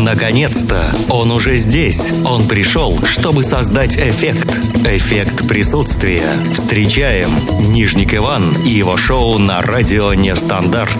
Наконец-то! Он уже здесь. Он пришел, чтобы создать эффект. Эффект присутствия. Встречаем Нижник Иван и его шоу на радио Нестандарт.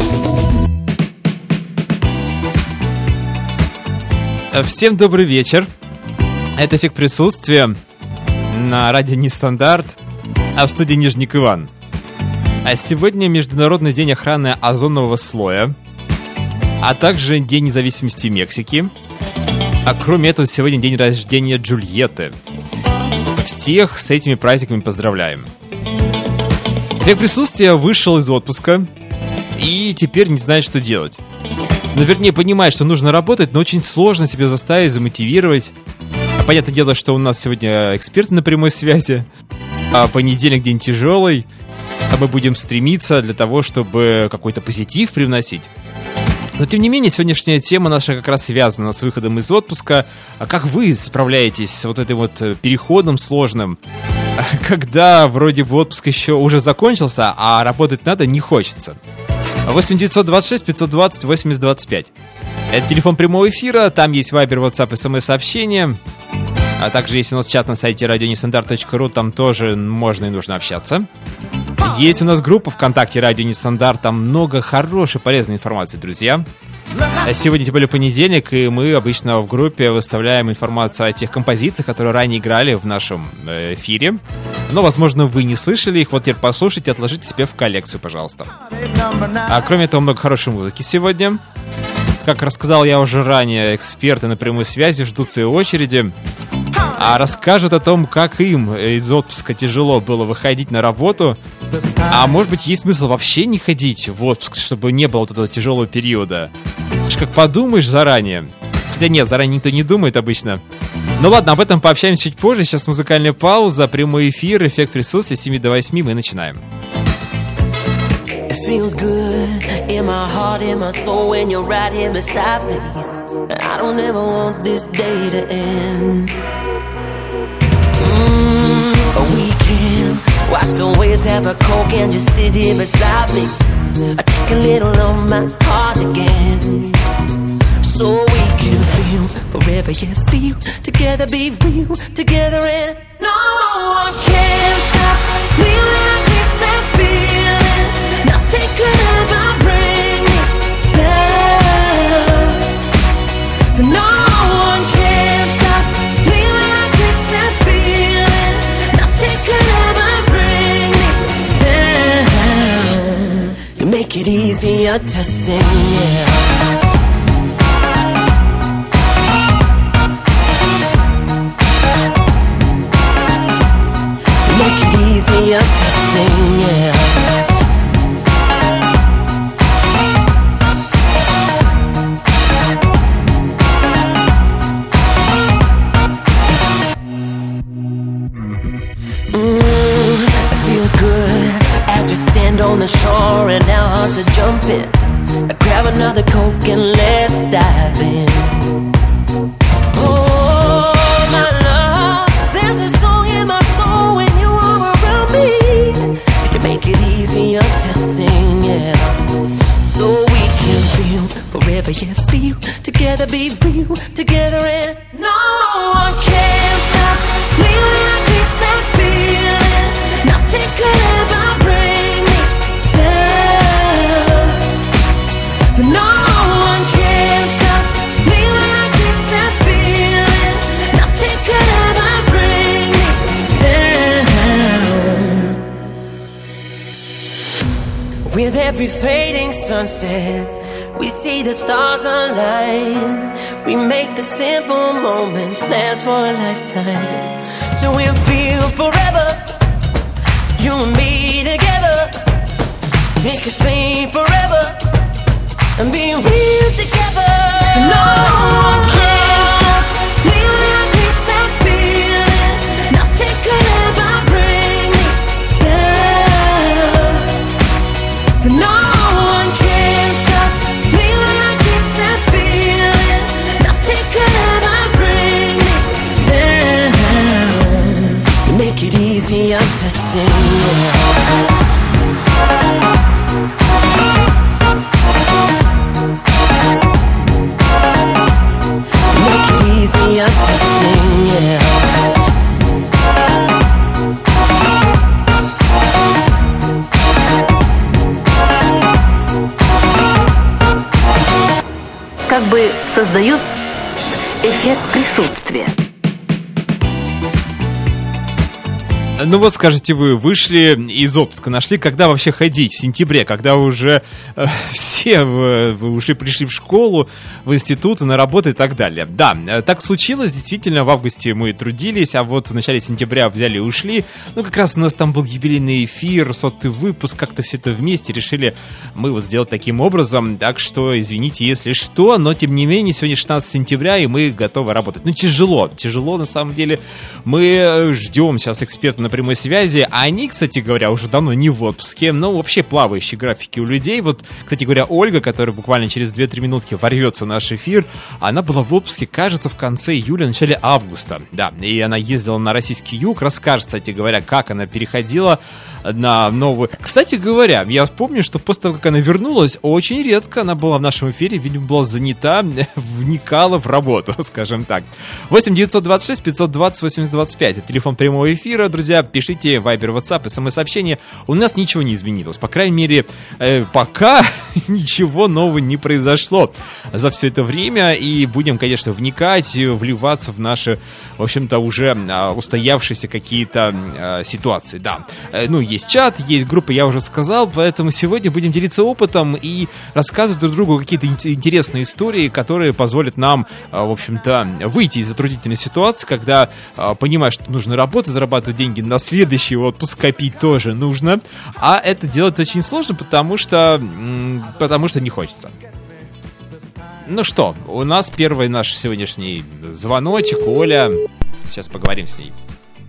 Всем добрый вечер. Это «Эффект присутствия» на радио Нестандарт, а в студии Нижник Иван. А сегодня Международный день охраны озонового слоя, а также День независимости Мексики. А кроме этого, сегодня день рождения Джульетты. Всех с этими праздниками поздравляем. «Эффект присутствия» вышел из отпуска и теперь не знает, что делать. Ну, вернее, понимает, что нужно работать, но очень сложно себя заставить, замотивировать. Понятное дело, что у нас сегодня эксперты на прямой связи, а понедельник день тяжелый, а мы будем стремиться для того, чтобы какой-то позитив привносить. Но, тем не менее, сегодняшняя тема наша как раз связана с выходом из отпуска. А как вы справляетесь с вот этим вот переходом сложным, когда вроде бы отпуск еще уже закончился, а работать надо не хочется? 8 926 520 8025. Это телефон прямого эфира, там есть Viber, WhatsApp и смс-сообщения. А также есть у нас чат на сайте radionestandarт.ru, там тоже можно и нужно общаться. Есть у нас группа ВКонтакте «Радио Нестандарт», там много хорошей, полезной информации, друзья. Сегодня, тем более, понедельник, и мы обычно в группе выставляем информацию о тех композициях, которые ранее играли в нашем эфире. Но, возможно, вы не слышали их, вот теперь послушайте, отложите себе в коллекцию, пожалуйста. А кроме этого, много хорошей музыки сегодня. Как рассказал я уже ранее, эксперты на прямой связи ждут своей очереди, а расскажут о том, как им из отпуска тяжело было выходить на работу. А может быть, есть смысл вообще не ходить в отпуск, чтобы не было вот этого тяжелого периода. Как подумаешь заранее. Хотя нет, заранее никто не думает обычно. Ну ладно, об этом пообщаемся чуть позже. Сейчас музыкальная пауза, прямой эфир, эффект присутствия, с 7 до 8 мы начинаем. Feels good in my heart, in my soul when you're right here beside me. I don't ever want this day to end. We can watch the waves, have a coke and just sit here beside me. I take a little of my heart again, so we can feel forever, yeah, feel together, be real together, and no one can stop me when I taste that feeling. Nothing could ever bring me down. So no one can stop me when I taste that feeling. Nothing could ever bring me down. You make it easier to sing, yeah. You make it easier to sing, yeah. On the shore and our hearts are jumping. Grab another Coke and let's dive in. Oh, my love, there's a song in my soul when you are around me. You make it easier to sing, yeah. So we can feel forever, yeah, feel together, be real together, and no one can stop me when I taste that feeling. Nothing could ever bring me down. So no one can stop me when I taste that feeling. Nothing could ever bring me down. With every fading sunset, we see the stars align. We make the simple moments last for a lifetime. So we'll feel forever, you and me together. Make us sing forever and be real together. So no one can stop me when I taste that feeling. Nothing could ever bring me down. So no one can stop me when I taste that feeling. Nothing could ever bring me down. You make it easier to sing, yeah. как бы создает эффект присутствия. Ну вот, скажите, вы вышли из отпуска, нашли, когда вообще ходить? В сентябре, когда уже все вы уже пришли в школу, в институт, на работу и так далее. Да, так случилось, действительно, в августе мы трудились, а вот в начале сентября взяли и ушли. Ну, как раз у нас там был юбилейный эфир, 100-й выпуск, как-то все это вместе решили мы вот сделать таким образом. Так что, извините, если что, но тем не менее, сегодня 16 сентября, и мы готовы работать. Ну, тяжело на самом деле. Мы ждем сейчас экспертов на прямой связи, а они, кстати говоря, уже давно не в отпуске, но вообще плавающие графики у людей. Вот, кстати говоря, Ольга, которая буквально через 2-3 минутки ворвется в наш эфир, она была в отпуске, кажется, в конце июля, начале августа, да, и она ездила на российский юг, расскажет, кстати говоря, как она переходила на новую... Кстати говоря, я помню, что после того, как она вернулась, очень редко она была в нашем эфире, видимо, была занята, вникала в работу, скажем так. 8 926 520 80 25, это телефон прямого эфира, друзья. Пишите Viber, WhatsApp, смс-сообщения. У нас ничего не изменилось. По крайней мере, пока ничего нового не произошло за все это время. И будем, конечно, вникать, вливаться в наши, в общем-то, уже устоявшиеся какие-то ситуации. Да. Ну, есть чат, есть группа, я уже сказал. Поэтому сегодня будем делиться опытом и рассказывать друг другу какие-то интересные истории, которые позволят нам, в общем-то, выйти из затруднительной ситуации, когда понимаешь, что нужно работать, зарабатывать деньги на следующий отпуск, копить тоже нужно. А это делать очень сложно, потому что не хочется. Ну что, у нас первый наш сегодняшний звоночек. Оля, сейчас поговорим с ней.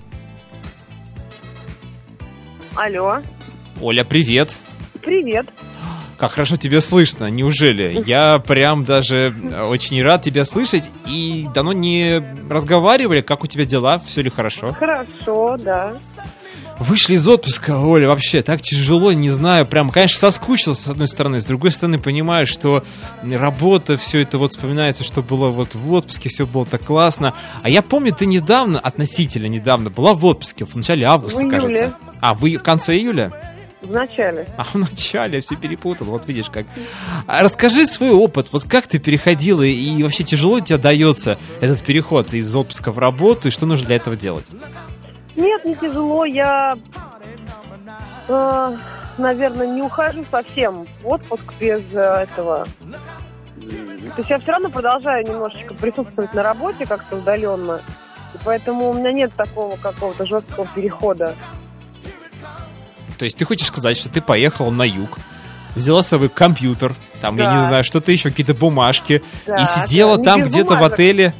Алло. Оля, привет. Привет. Как хорошо тебя слышно, неужели? Я прям даже очень рад тебя слышать. И давно не разговаривали. Как у тебя дела? Все ли хорошо? Хорошо, да. Вышли из отпуска, Оля, вообще так тяжело, не знаю, прям, конечно, соскучился с одной стороны, с другой стороны понимаю, что работа, все это вот вспоминается, что было вот в отпуске, все было так классно. А я помню, ты недавно, относительно недавно, была в отпуске, в начале августа, кажется. А, вы в конце июля? В начале. А в начале, все перепутал, вот видишь как. Расскажи свой опыт, вот как ты переходила и вообще тяжело тебе дается этот переход из отпуска в работу, и что нужно для этого делать? Нет, не тяжело, я, наверное, не ухожу совсем в отпуск без этого. То есть я все равно продолжаю немножечко присутствовать на работе как-то удаленно, и поэтому у меня нет такого какого-то жесткого перехода. То есть ты хочешь сказать, что ты поехала на юг, взяла с собой компьютер, там, да. Я не знаю, что-то еще, какие-то бумажки, да, и сидела там где-то бумажек. В отеле?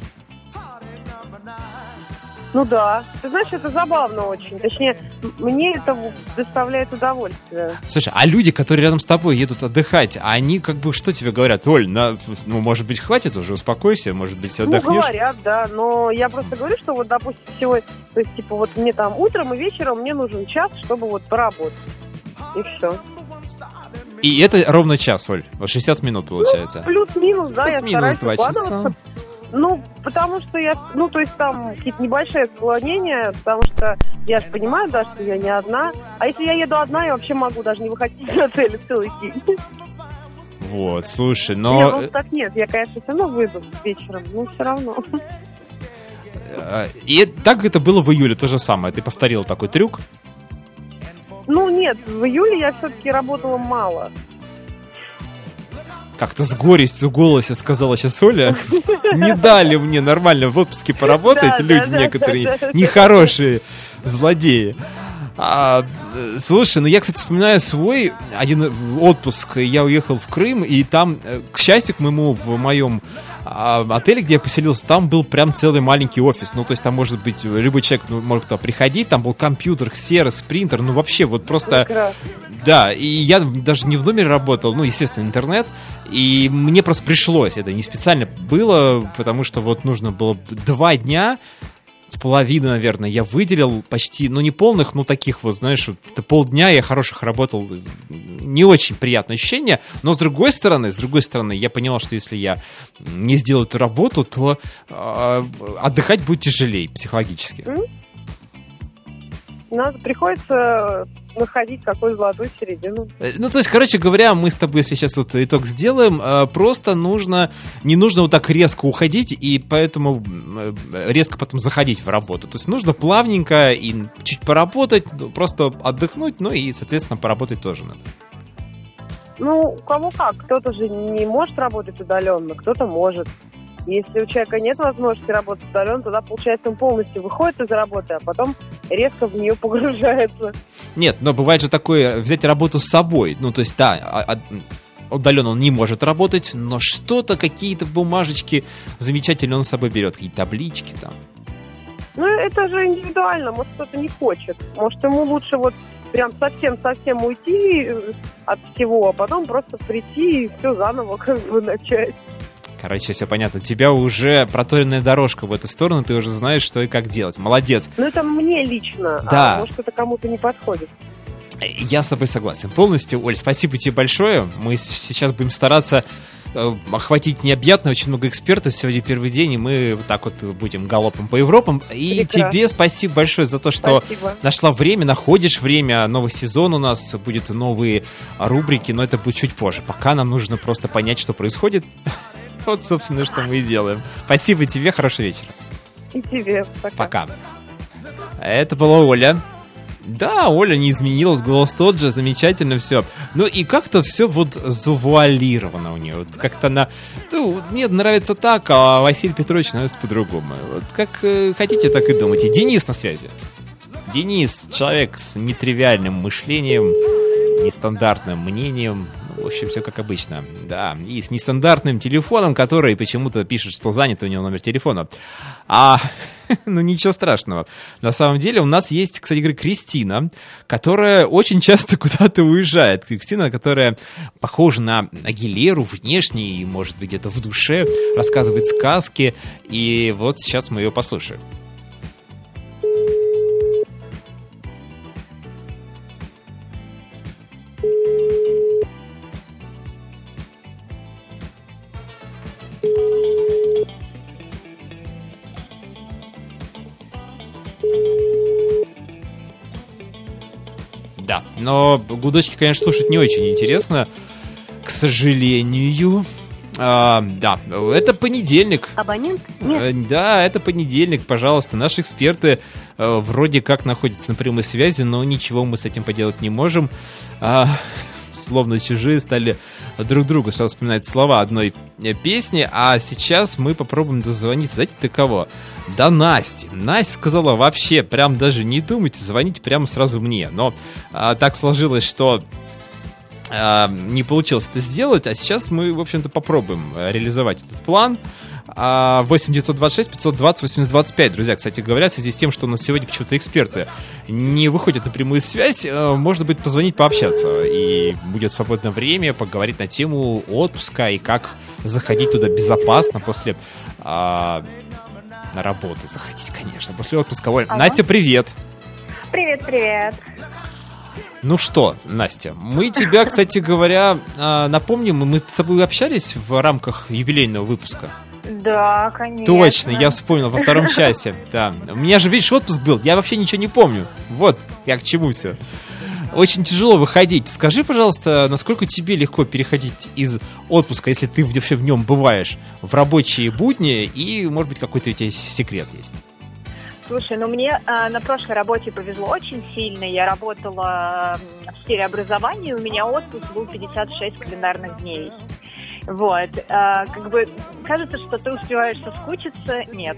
Ну да. Ты знаешь, это забавно очень. Точнее, мне это доставляет удовольствие. Слушай, а люди, которые рядом с тобой едут отдыхать, они как бы что тебе говорят? Оль, ну, может быть, хватит уже, успокойся, может быть, отдохнешь? Ну, говорят, да, но я просто говорю, что вот, допустим, сегодня, то есть, типа, вот мне там утром и вечером мне нужен час, чтобы вот поработать. И все. И это ровно час, Оль? 60 минут получается? Ну, плюс-минус, да, я стараюсь 2 часа. Ну, потому что я, ну, то есть там какие-то небольшие отклонения, потому что я же понимаю, да, что я не одна. А если я еду одна, я вообще могу даже не выходить из отеля целый день. Вот, слушай, но... Нет, ну так нет, я, конечно, все равно выйду вечером, но все равно. И так это было в июле, то же самое, ты повторила такой трюк? Ну, нет, в июле я все-таки работала мало. Как-то с горестью в голосе сказала сейчас Оля. Не дали мне нормально в отпуске поработать люди некоторые нехорошие злодеи. Слушай, ну я, кстати, вспоминаю свой один отпуск. Я уехал в Крым, и там, к счастью, к моему, в моем отеле, где я поселился, там был прям целый маленький офис. Ну, то есть там может быть любой человек может туда приходить. Там был компьютер, ксерокс, принтер. Ну, вообще, вот просто... Прекрасно. Да, и я даже не в номере работал, ну, естественно, интернет. И мне просто пришлось, это не специально было, потому что вот нужно было 2 дня... С половиной, наверное, я выделил почти, ну не полных, но таких вот, знаешь, вот, это полдня я хороших работал, не очень приятное ощущение, но с другой стороны, я понял, что если я не сделаю эту работу, то отдыхать будет тяжелее психологически. Надо, приходится находить какую-то золотую середину. Ну, то есть, короче говоря, мы с тобой, если сейчас вот итог сделаем, просто не нужно вот так резко уходить и поэтому резко потом заходить в работу. То есть нужно плавненько и чуть поработать, просто отдохнуть, ну и, соответственно, поработать тоже надо. Ну, у кого как. Кто-то же не может работать удаленно, кто-то может. Если у человека нет возможности работать удаленно, тогда, получается, он полностью выходит из работы, а потом резко в нее погружается. Нет, но бывает же такое, взять работу с собой. Ну, то есть, да, удаленно он не может работать, но что-то, какие-то бумажечки замечательно он с собой берет, какие-то таблички там. Ну, это же индивидуально. Может, кто-то не хочет. Может, ему лучше вот прям совсем уйти от всего, а потом просто прийти и все заново как бы начать. Короче, все понятно. У тебя уже проторенная дорожка в эту сторону, ты уже знаешь, что и как делать. Молодец. Ну, это мне лично, да. А может, это кому-то не подходит. Я с тобой согласен полностью. Оль, спасибо тебе большое. Мы сейчас будем стараться охватить необъятно, очень много экспертов. Сегодня первый день, и мы вот так вот будем галопом по Европам. И прекрасно. Тебе спасибо большое за то, что нашла время, находишь время. Новый сезон у нас, будут новые рубрики, но это будет чуть позже. Пока нам нужно просто понять, что происходит. Вот, собственно, что мы и делаем. Спасибо тебе, хороший вечер. И тебе, пока. Это была Оля. Да, Оля не изменилась, голос тот же, замечательно все. Ну и как-то все вот завуалировано у нее. Вот как-то она... Ну, мне нравится так, а Василий Петрович нравится по-другому. Вот как хотите, так и думайте. Денис на связи. Денис, человек с нетривиальным мышлением, нестандартным мнением. В общем, все как обычно. Да, и с нестандартным телефоном, который почему-то пишет, что занят у него номер телефона. Ну, ничего страшного. На самом деле у нас есть, кстати говоря, Кристина, которая очень часто куда-то уезжает. Кристина, которая похожа на Агилеру внешне и, может быть, где-то в душе, рассказывает сказки. И вот сейчас мы ее послушаем. Да, но гудочки, конечно, слушать не очень интересно, к сожалению. Да, это понедельник. Абонент? Нет. Да, это понедельник, пожалуйста. Наши эксперты вроде как находятся на прямой связи, но ничего мы с этим поделать не можем. Словно чужие стали друг другу сразу вспоминать слова одной песни. А сейчас мы попробуем дозвониться. Знаете, до кого? До Насти. Настя сказала: вообще, прям даже не думайте, звоните прямо сразу мне. Но так сложилось, что не получилось это сделать. А сейчас мы, в общем-то, попробуем реализовать этот план. 8 926 520 8025. Друзья, кстати говоря, в связи с тем, что у нас сегодня почему-то эксперты не выходят на прямую связь, можно будет позвонить, пообщаться. И будет свободное время поговорить на тему отпуска и как заходить туда безопасно после на работу. Заходить, конечно, после отпуска. Оль, Настя, привет. Привет. Ну что, Настя, мы тебя, кстати говоря, напомним, мы с тобой общались в рамках юбилейного выпуска. Да, конечно. Точно, я вспомнил, во втором часе. Да. У меня же, видишь, отпуск был, я вообще ничего не помню. Вот, я к чему все. Очень тяжело выходить. Скажи, пожалуйста, насколько тебе легко переходить из отпуска, если ты вообще в нем бываешь, в рабочие будни, и, может быть, какой-то у тебя секрет есть? Слушай, мне на прошлой работе повезло очень сильно. Я работала в сфере образования, у меня отпуск был 56 календарных дней. Вот. Как бы кажется, что ты успеваешь соскучиться. Нет.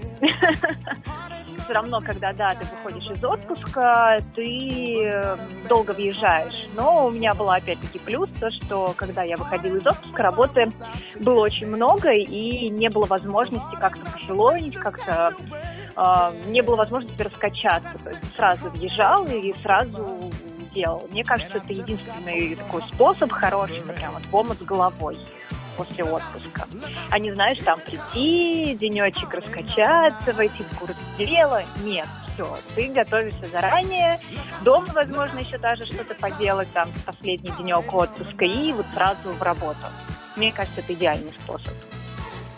Все равно, когда, да, ты выходишь из отпуска, ты долго въезжаешь. Но у меня была опять-таки плюс, то, что когда я выходила из отпуска, работы было очень много, и не было возможности как-то пофилонить, как-то не было возможности раскачаться. То есть сразу въезжал и сразу делал. Мне кажется, это единственный такой способ хороший, прям вот помощь с головой после отпуска. А не, знаешь, там прийти, денечек раскачаться, войти в курс дела. Нет, все, ты готовишься заранее. Дома, возможно, еще даже что-то поделать, там, последний денек отпуска, и вот сразу в работу. Мне кажется, это идеальный способ.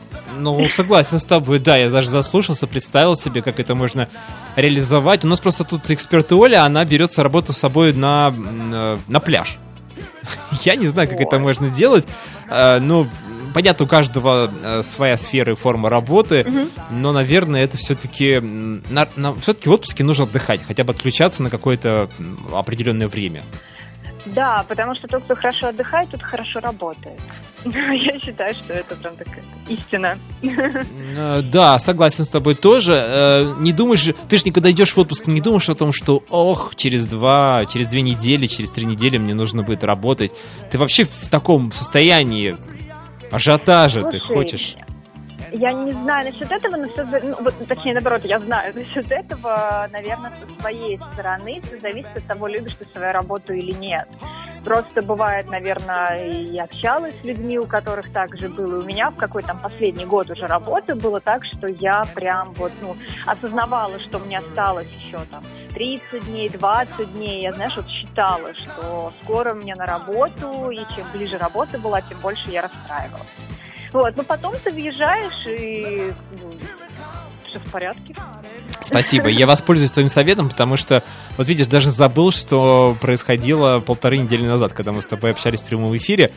Ну, согласен с тобой, да, я даже заслушался, представил себе, как это можно реализовать. У нас просто тут эксперт Оля, она берется работу с собой на пляж. Я не знаю, как это можно делать, ну, понятно, у каждого своя сфера и форма работы, но, наверное, это все-таки все-таки в отпуске нужно отдыхать, хотя бы отключаться на какое-то определенное время. Да, потому что тот, кто хорошо отдыхает, тот хорошо работает. Я считаю, что это прям такая истина. Да, согласен с тобой тоже. Не думаешь, ты же никогда идешь в отпуск, не думаешь о том, что через 2 недели, через 3 недели мне нужно будет работать. Ты вообще в таком состоянии ажиотажа, ты хочешь? Я не знаю насчет этого, но точнее, наоборот, я знаю насчет этого, наверное, со своей стороны. Все зависит от того, любишь ты свою работу или нет. Просто бывает, наверное, и общалась с людьми, у которых так же было. У меня в какой-то последний год уже работы было так, что я прям осознавала, что мне осталось еще 30 дней, 20 дней. Я, считала, что скоро мне на работу, и чем ближе работа была, тем больше я расстраивалась. Но потом ты въезжаешь, и все в порядке. Спасибо, я воспользуюсь твоим советом, потому что, вот видишь, даже забыл, что происходило 1,5 недели назад, когда мы с тобой общались в прямом эфире.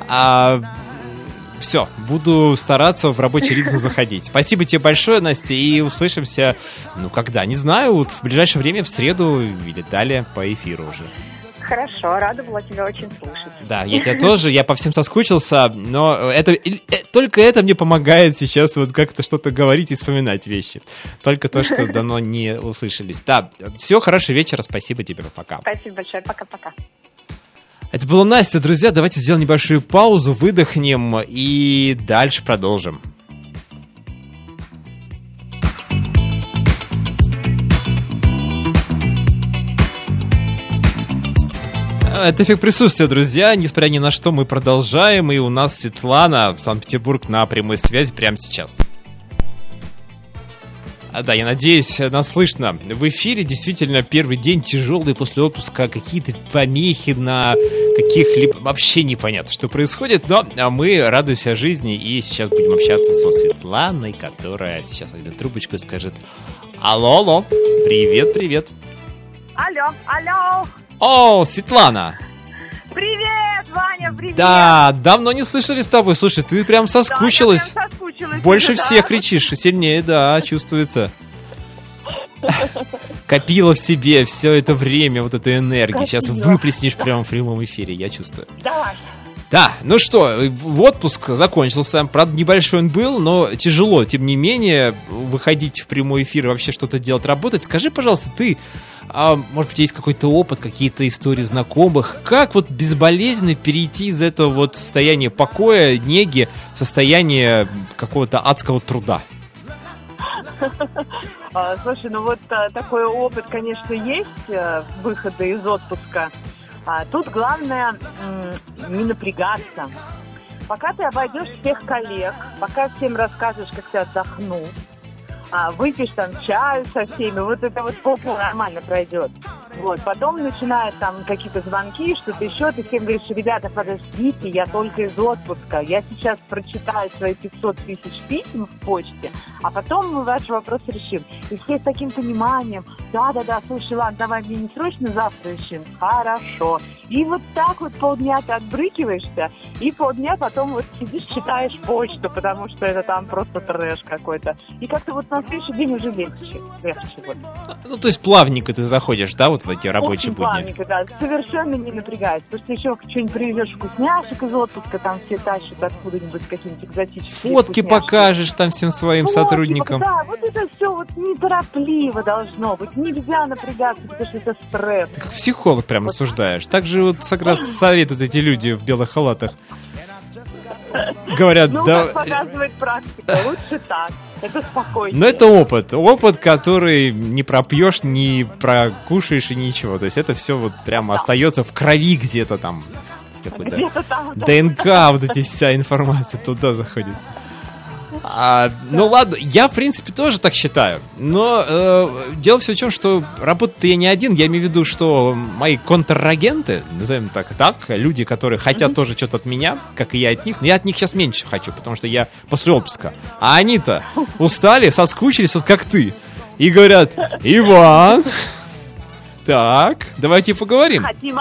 Все, буду стараться в рабочий ритм заходить. Спасибо тебе большое, Настя, и услышимся, когда, не знаю, в ближайшее время, в среду или далее по эфиру уже. Хорошо, рада была тебя очень слушать. Да, я тебя тоже, я по всем соскучился, но только это мне помогает сейчас как-то что-то говорить и вспоминать вещи. Только то, что давно не услышались. Да, все, хорошего вечера, спасибо тебе, пока. Спасибо большое, пока-пока. Это была Настя, друзья, давайте сделаем небольшую паузу, выдохнем и дальше продолжим. Это эффект присутствия, друзья. Несмотря ни на что, мы продолжаем. И у нас Светлана в Санкт-Петербург на прямой связи прямо сейчас. Да, я надеюсь, нас слышно. В эфире действительно первый день тяжелый после отпуска. Какие-то помехи на каких-либо... Вообще непонятно, что происходит. Но мы радуемся жизни. И сейчас будем общаться со Светланой, которая сейчас возьмет трубочку и скажет: алло, привет. Алло. О, Светлана! Привет, Ваня, привет! Да, давно не слышали с тобой. Слушай, ты прям соскучилась. Да, я прям соскучилась. Больше всех кричишь, сильнее, да, чувствуется. Копила в себе все это время, вот эту энергию. Сейчас выплеснешь прямо в прямом эфире, я чувствую. Давай. Да, ну что, отпуск закончился. Правда, небольшой он был, но тяжело, тем не менее, выходить в прямой эфир и вообще что-то делать, работать. Скажи, пожалуйста, ты... может быть, есть какой-то опыт, какие-то истории знакомых? Как безболезненно перейти из этого состояния покоя, неги, в состояние какого-то адского труда? Слушай, такой опыт, конечно, есть, выхода из отпуска. Тут главное не напрягаться. Пока ты обойдешь всех коллег, пока всем расскажешь, как ты отдохнул, выпьешь чаю со всеми, это полгода нормально пройдет. Потом начинают какие-то звонки, что-то еще, ты всем говоришь: ребята, подождите, я только из отпуска, я сейчас прочитаю свои 500 тысяч писем в почте, а потом мы ваши вопросы решим. И все с таким пониманием: да, слушай, ладно, давай мне не срочно, завтра решим. Хорошо. И так полдня ты отбрыкиваешься, и полдня потом сидишь, читаешь почту, потому что это там просто трэш какой-то. И как-то на следующий день уже легче. То есть плавненько ты заходишь, да, в эти рабочие будни? Плавненько, да, совершенно не напрягаясь. Потому что еще что-нибудь привезешь вкусняшек из отпуска, там все тащат откуда-нибудь какие-нибудь экзотические фотки вкусняшки. Покажешь там всем своим сотрудникам. Да, это все неторопливо должно быть. Нельзя напрягаться, потому что это стресс. Ты как психолог прям рассуждаешь. Так же как раз советуют эти люди в белых халатах. Говорят, да... как показывает практика, лучше так. Это спокойно. Но это опыт, который не пропьешь, не прокушаешь и ничего. То есть это все прямо остается в крови где-то там. Где-то там. ДНК, эти вся информация туда заходит. Ну ладно, я в принципе тоже так считаю. Но дело все в том, что работаю я не один. Я имею в виду, что мои контрагенты, назовем так, люди, которые хотят тоже что-то от меня, как и я от них. Но я от них сейчас меньше хочу, потому что я после отпуска. А они-то устали, соскучились, вот как ты. И говорят: Иван, так, давайте поговорим. Хотим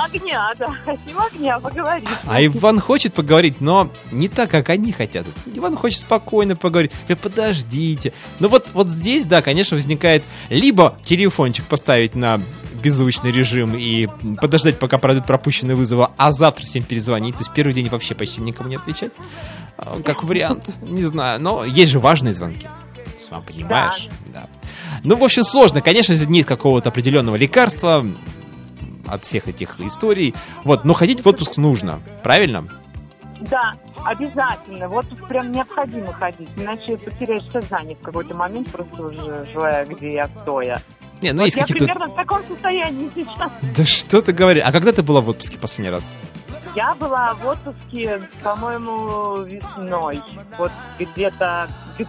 огня, поговорить. А Иван хочет поговорить, но не так, как они хотят. Иван хочет спокойно поговорить. Подождите. Ну вот здесь, да, конечно, возникает либо телефончик поставить на беззвучный режим и подождать, пока пройдут пропущенные вызовы, а завтра всем перезвонить. То есть первый день вообще почти никому не отвечать. Как вариант, не знаю. Но есть же важные звонки. Сам понимаешь? Да. Ну, в общем, сложно. Конечно, нет какого-то определенного лекарства от всех этих историй. Вот, но ходить в отпуск нужно. Правильно? Да, обязательно. Вот прям необходимо ходить. Иначе потеряешь сознание в какой-то момент, просто уже желая, где я стоя. Не, ну вот есть я какие-то... примерно в таком состоянии сейчас. Да что ты говоришь? А когда ты была в отпуске последний раз? Я была в отпуске, по-моему, весной. Вот где-то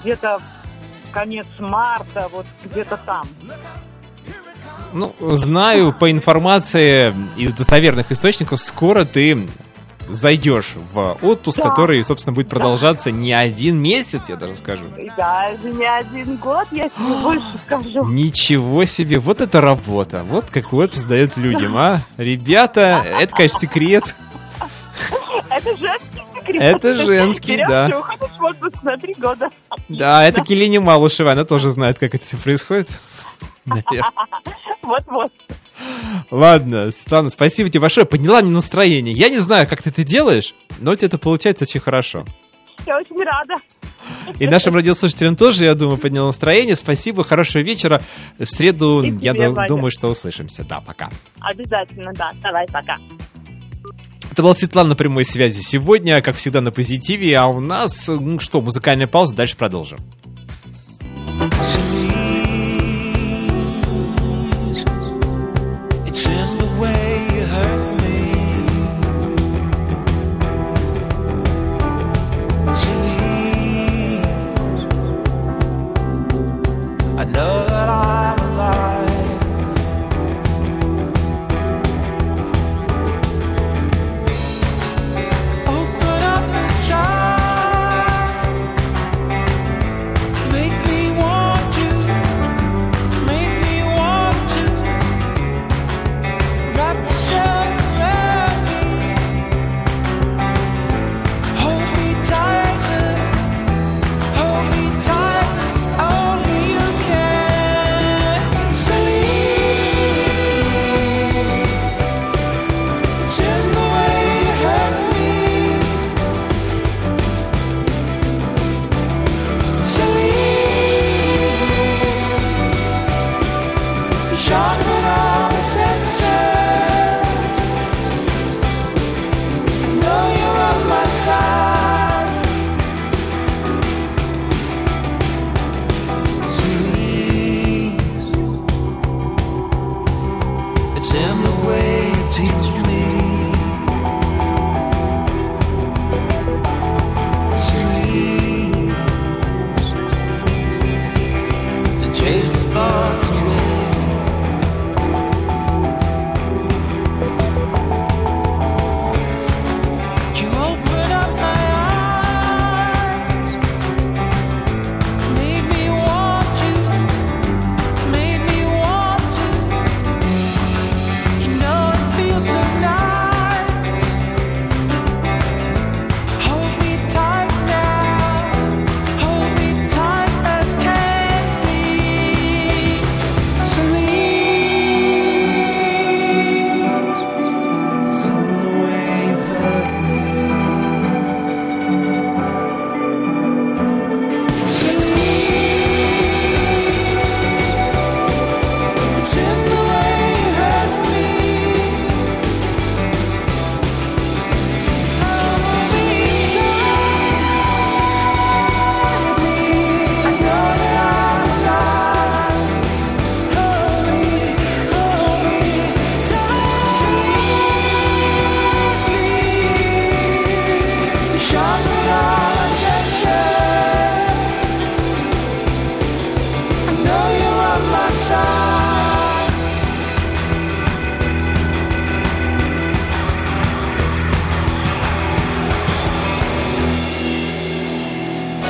конец марта, вот где-то там. Ну, знаю по информации из достоверных источников, скоро ты зайдешь в отпуск, Да. который, собственно, будет продолжаться не 1 месяц, я даже скажу. И даже не 1 год, я тебе больше скажу. Ничего себе, вот это работа. Вот какой отпуск дает людям, а? Ребята, это, конечно, секрет. Это женский секрет. Это женский, Берешь да. и уходишь в отпуск на 3 года. Да, это Келине Малышевой, она тоже знает, как это все происходит. Наверное. Вот-вот. Ладно, Светлана, спасибо тебе большое. Подняла мне настроение. Я не знаю, как ты это делаешь, но у тебя это получается очень хорошо. Я очень рада. И нашим радиослушателям тоже, я думаю, подняла настроение. Спасибо, хорошего вечера. В среду, И я тебе, Ваня. думаю, что услышимся. Да, пока. Обязательно, да. Давай, пока. Это была Светлана на прямой связи сегодня, как всегда, на позитиве. А у нас, ну что, музыкальная пауза, дальше продолжим. It's in the way you hurt me. I know that I'm alive. Open up inside. Make me want you.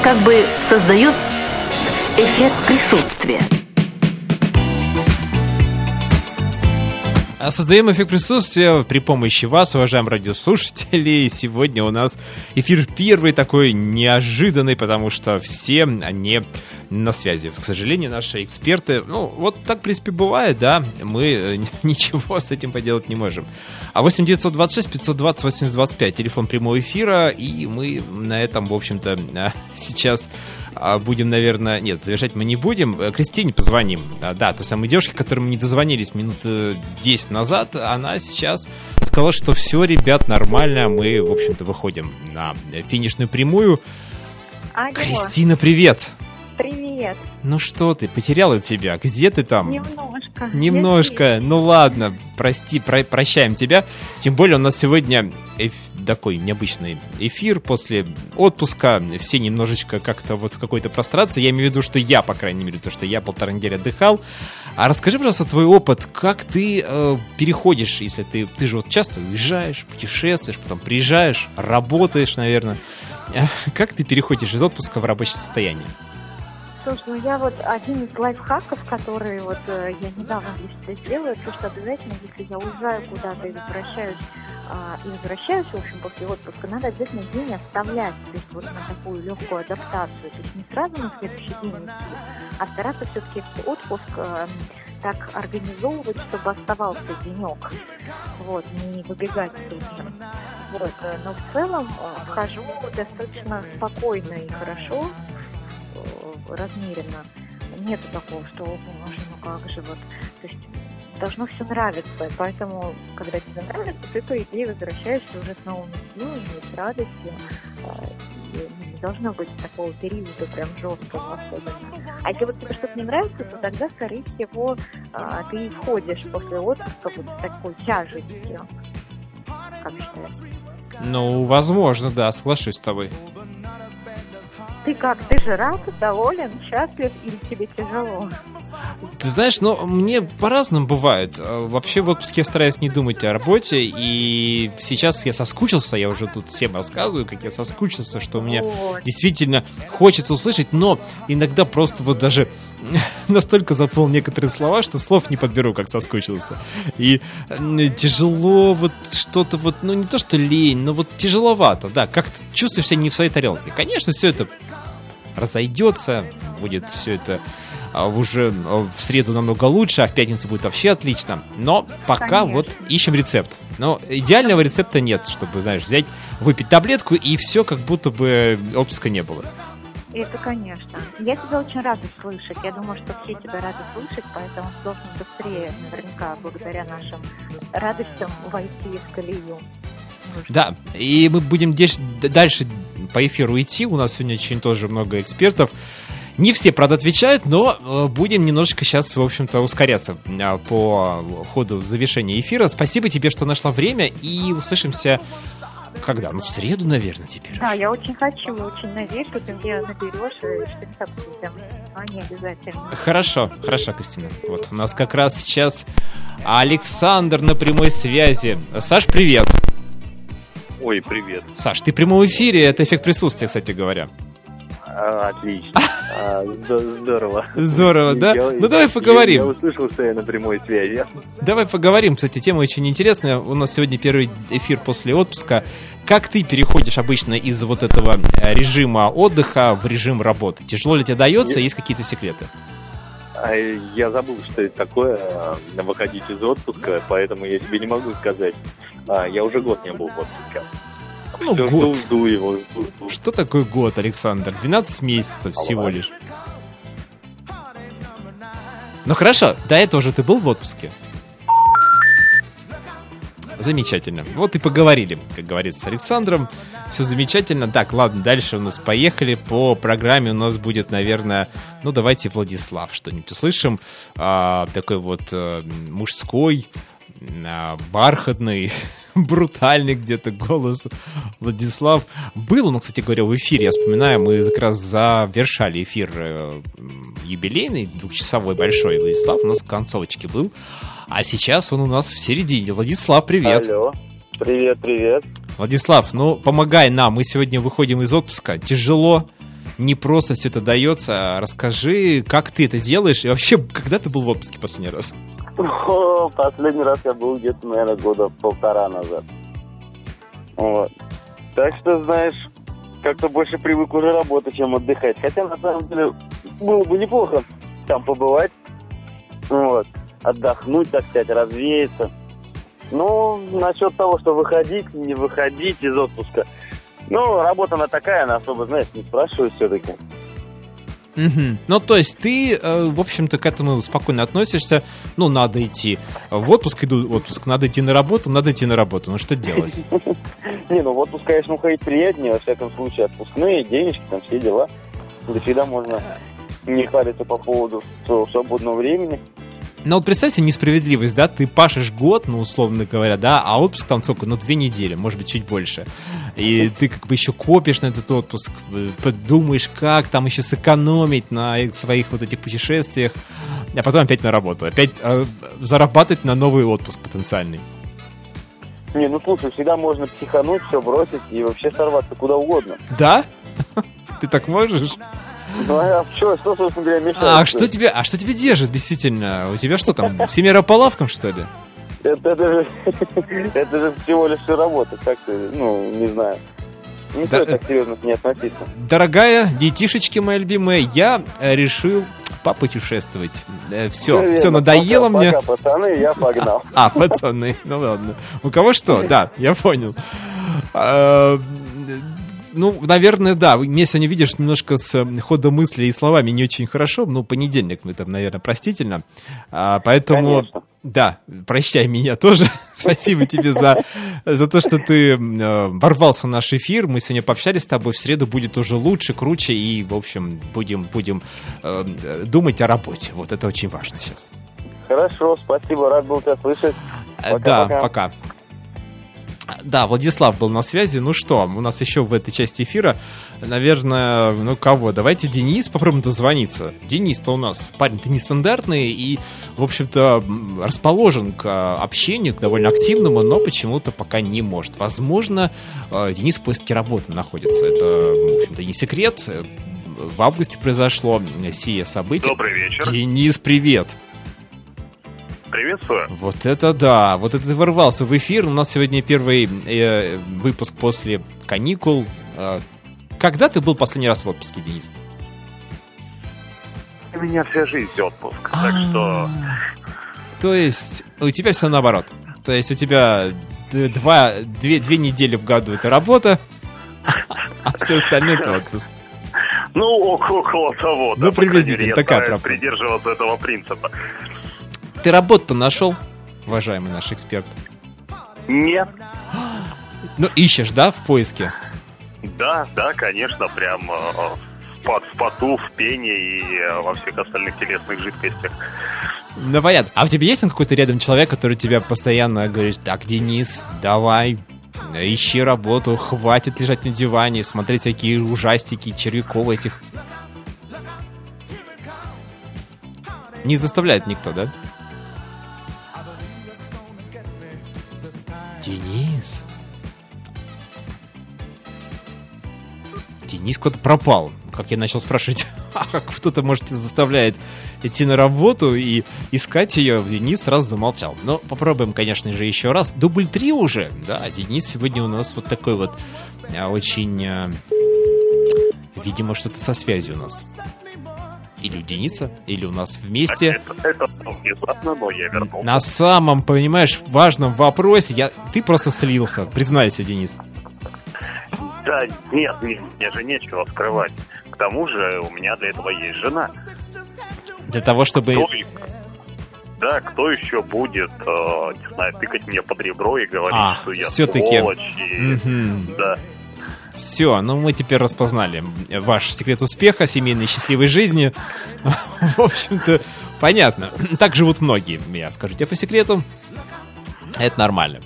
как бы создают эффект присутствия. Создаем эффект присутствия при помощи вас, уважаемые радиослушатели. Сегодня у нас эфир первый такой неожиданный, потому что все они на связи. К сожалению, наши эксперты, вот так, в принципе, бывает, да, мы ничего с этим поделать не можем. А 8-926-520-8025, телефон прямого эфира, и мы на этом, в общем-то, сейчас... будем, наверное... Нет, завершать мы не будем. Кристине позвоним. Да, той самой девушке, которой мы не дозвонились минут 10 назад. Она сейчас сказала, что все, ребят, нормально. Мы, в общем-то, выходим на финишную прямую. Алло. Кристина, привет! Привет. Ну что ты, потеряла тебя? Где ты там? Немножко. Ну ладно, прости, прощаем тебя. Тем более у нас сегодня такой необычный эфир после отпуска. Все немножечко как-то вот в какой-то прострации. Я имею в виду, что я, по крайней мере, то, что я 1,5 недели отдыхал. А расскажи, пожалуйста, твой опыт. Как ты переходишь, если ты же вот часто уезжаешь, путешествуешь, потом приезжаешь, работаешь, наверное. Как ты переходишь из отпуска в рабочее состояние? Слушай, я вот один из лайфхаков, который вот я недавно для себя сделала, то, что обязательно, если я уезжаю куда-то и возвращаюсь, в общем, после отпуска, надо обязательно день оставлять, то есть вот на такую легкую адаптацию, то есть не сразу на следующий день идти, а стараться все-таки отпуск так организовывать, чтобы оставался денек, вот, не выбегать тут же. Вот, но в целом вхожу достаточно спокойно и хорошо, размеренно. Нету такого, что, боже, ну как же вот, то есть должно все нравиться, поэтому, когда тебе нравится, ты, по идее, возвращаешься уже с новыми силами, с радостью, не должно быть такого периода прям жесткого особенно. А если вот тебе что-то не нравится, то тогда, скорее всего, ты входишь после отпуска вот с такой тяжестью. Как считаешь? Ну, возможно, да, соглашусь с тобой. Ты как? Ты же рад, доволен, счастлив или тебе тяжело? Ты знаешь, мне по-разному бывает. Вообще в отпуске я стараюсь не думать о работе. И сейчас я соскучился, я уже тут всем рассказываю, как я соскучился, что у меня действительно хочется услышать. Но иногда просто вот даже настолько запомнил некоторые слова, что слов не подберу, как соскучился. И тяжело вот что-то вот, не то что лень, но вот тяжеловато, да, как-то чувствуешь себя не в своей тарелке. Конечно, все это разойдется, будет все это уже в среду намного лучше, а в пятницу будет вообще отлично. Но пока вот ищем рецепт. Но идеального рецепта нет, чтобы, знаешь, взять, выпить таблетку и все, как будто бы отпуска не было. Это, конечно. Я тебя очень рада слышать. Я думаю, что все тебя рады слышать, поэтому ты должен быстрее, наверняка, благодаря нашим радостям, войти в колею. Да, и мы будем дальше по эфиру идти. У нас сегодня очень тоже много экспертов. Не все, правда, отвечают, но будем немножечко сейчас, в общем-то, ускоряться по ходу завершения эфира. Спасибо тебе, что нашла время, и услышимся когда? В среду, наверное, теперь. Да, я очень хочу, очень надеюсь, что ты мне наберешь, и что не так будет. Не обязательно. Хорошо, Кристина. Вот у нас как раз сейчас Александр на прямой связи. Саш, привет. Ой, привет. Саш, ты в прямом эфире, это эффект присутствия, кстати говоря. Отлично. Здорово. Здорово, да? Давай поговорим. Я услышал, что я на прямой связи. Давай поговорим. Кстати, тема очень интересная. У нас сегодня первый эфир после отпуска. Как ты переходишь обычно из вот этого режима отдыха в режим работы? Тяжело ли тебе дается? Есть какие-то секреты? Я забыл, что это такое, выходить из отпуска, поэтому я тебе не могу сказать. Я уже год не был в отпуске. Год. Жду его. Что такое год, Александр? 12 месяцев всего лишь. Ну хорошо, до этого же ты был в отпуске. Замечательно. Вот и поговорили, как говорится, с Александром. Все замечательно. Так, ладно, дальше у нас поехали. По программе у нас будет, наверное, давайте Владислав что-нибудь услышим. Такой вот мужской, бархатный, брутальный где-то голос. Владислав был, он, кстати говоря, в эфире. Я вспоминаю, мы как раз завершали эфир юбилейный, 2-часовой большой. Владислав у нас в концовочке был. А сейчас он у нас в середине. Владислав, привет. Алло. Привет. Владислав, помогай нам. Мы сегодня выходим из отпуска. Тяжело. не просто все это дается. Расскажи, как ты это делаешь, и вообще, когда ты был в отпуске последний раз? Последний раз я был где-то, наверное, года 1.5 назад. Вот. Так что, знаешь, как-то больше привык уже работать, чем отдыхать. Хотя, на самом деле, было бы неплохо там побывать. Вот. Отдохнуть, так сказать, развеяться. Ну, насчет того, что выходить, не выходить из отпуска. Ну, работа она такая, она особо, знаешь, не спрашивают все-таки. Угу. Ну, то есть ты, в общем-то, к этому спокойно относишься. Ну, надо идти в отпуск, иду в отпуск, надо идти на работу. Ну, что делать? Не, ну в отпуск, конечно, уходить приятнее, во всяком случае, отпускные, денежки, там все дела. Да всегда можно не париться по поводу своего свободного времени. Ну, вот представь себе несправедливость, да, ты пашешь год, ну, условно говоря, да, а отпуск там сколько, 2 недели, может быть, чуть больше. И ты как бы еще копишь на этот отпуск, подумаешь, как там еще сэкономить на своих вот этих путешествиях, а потом опять на работу, опять зарабатывать на новый отпуск потенциальный. Не, ну, слушай, всегда можно психануть, все бросить и вообще сорваться куда угодно. Да? Ты так можешь? Ну, а что, собственно говоря, мешает? А что тебя держит, действительно? У тебя что там, семеро по лавкам, что ли? Это же всего лишь все работа, как ты, ну, не знаю. Не стоит так серьезно к ней относиться. Дорогая, детишечки мои любимые, я решил попутешествовать. Все надоело мне. Пока, пацаны, я погнал. Пацаны, ну ладно. У кого что? Да, я понял. Ну, наверное, да. Мне сегодня, видишь, немножко с ходом мысли и словами не очень хорошо. Ну, понедельник, это, наверное, простительно. Поэтому, конечно. Да, прощай меня тоже. Спасибо тебе за то, что ты ворвался в наш эфир. Мы сегодня пообщались с тобой. В среду будет уже лучше, круче. И, в общем, будем думать о работе. Вот это очень важно сейчас. Хорошо, спасибо. Рад был тебя слышать. Пока. Да, Владислав был на связи. Ну что, у нас еще в этой части эфира, наверное, ну кого? Давайте Денис попробуем дозвониться. Денис-то у нас парень-то нестандартный и, в общем-то, расположен к общению, к довольно активному, но почему-то пока не может. Возможно, Денис в поиске работы находится. Это, в общем-то, не секрет. В августе произошло сие событие. Добрый вечер. Денис, привет. Приветствую. Вот это да, вот это ты ворвался в эфир. У нас сегодня первый выпуск после каникул. Когда ты был последний раз в отпуске, Денис? У меня вся жизнь отпуск, так что... То есть у тебя все наоборот. То есть у тебя 2 недели в году это работа, а все остальное это отпуск. Ну, около того. Ну, приблизительно, такая пропорция. Придерживаться этого принципа. Ты работу-то нашел, уважаемый наш эксперт? Нет. Ну, ищешь, да, в поиске? Да, конечно, прям в поту, в пене и во всех остальных телесных жидкостях. Ну, понятно. А у тебя есть там какой-то рядом человек, который тебя постоянно говорит: так, Денис, давай, ищи работу, хватит лежать на диване, смотреть всякие ужастики, червяков этих? Не заставляет никто, да? Денис куда-то пропал. Как я начал спрашивать, как кто-то, может, заставляет идти на работу и искать ее, Денис сразу замолчал. Но попробуем, конечно же, еще раз. Дубль 3 уже. Да, Денис сегодня у нас вот такой вот очень... видимо, что-то со связью у нас. Или у Дениса, или у нас вместе. Это внезапно, но я вернулся. На самом, понимаешь, важном вопросе ты просто слился. Признайся, Денис. Да, нет, мне же нечего скрывать. К тому же у меня для этого есть жена. Для того, чтобы... Кто еще будет, не знаю, тыкать мне под ребро и говорить, что я все-таки... сволочь и... Да. Все, ну мы теперь распознали ваш секрет успеха, семейной счастливой жизни. В общем-то, понятно. Так живут многие, я скажу тебе по секрету. Это нормально.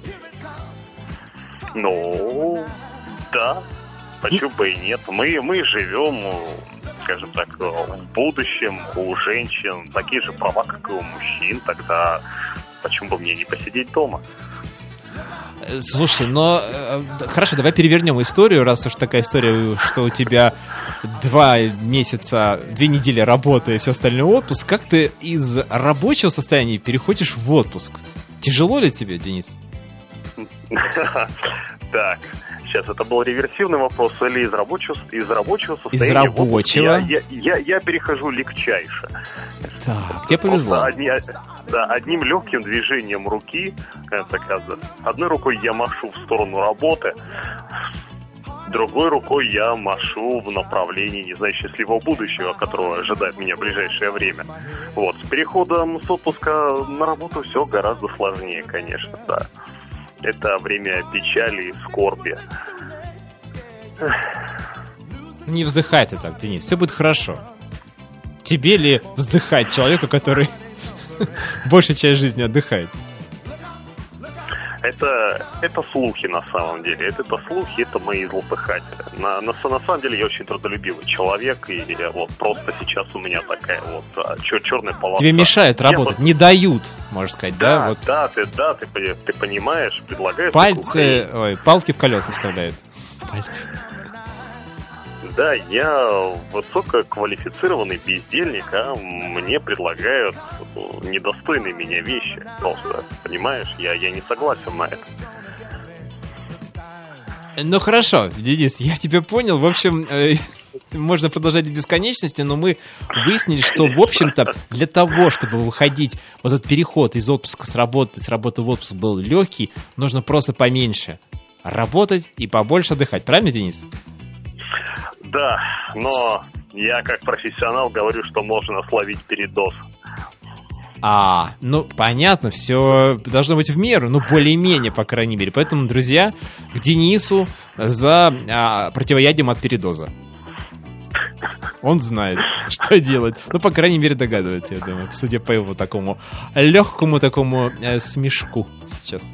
Ну, да. Почему бы и нет. Мы живем, скажем так, в будущем. У женщин такие же права, как и у мужчин. Тогда почему бы мне не посидеть дома? Слушай, но хорошо, давай перевернем историю, раз уж такая история, что у тебя 2 месяца, 2 недели работы и все остальное отпуск. Как ты из рабочего состояния переходишь в отпуск? Тяжело ли тебе, Денис? Так, сейчас это был реверсивный вопрос или из рабочего состояния? Из рабочего. Я перехожу легчайше. Так, тебе повезло. Одним легким движением руки, одной рукой я машу в сторону работы, другой рукой я машу в направлении, не знаю, счастливого будущего, которого ожидает меня в ближайшее время. Вот, с переходом с отпуска на работу все гораздо сложнее, конечно, да. Это время печали и скорби. Не вздыхай ты так, Денис, все будет хорошо. Тебе ли вздыхать человеку, который большую часть жизни отдыхает? Это слухи на самом деле. Это слухи, это мои злопыхатели. На самом деле я очень трудолюбивый человек, и вот просто сейчас у меня такая вот черная полоса. Тебе мешают работать, не дают, можно сказать, да? Вот. Да, ты понимаешь, предлагают... Палки в колеса вставляют. Пальцы. Да, я высококвалифицированный бездельник, а мне предлагают недостойные меня вещи. Просто, понимаешь, я не согласен на это. Ну хорошо, Денис, я тебя понял. В общем, можно продолжать до бесконечности, но мы выяснили, что, в общем-то, для того, чтобы выходить, вот этот переход из отпуска с работы в отпуск был легкий, нужно просто поменьше работать и побольше отдыхать. Правильно, Денис? Да, но я как профессионал говорю, что можно словить передоз. Ну, понятно, все должно быть в меру, ну, более-менее, по крайней мере. Поэтому, друзья, к Денису за противоядием от передоза. Он знает, что делать. Ну, по крайней мере, догадывается, я думаю, судя по его такому легкому такому смешку сейчас.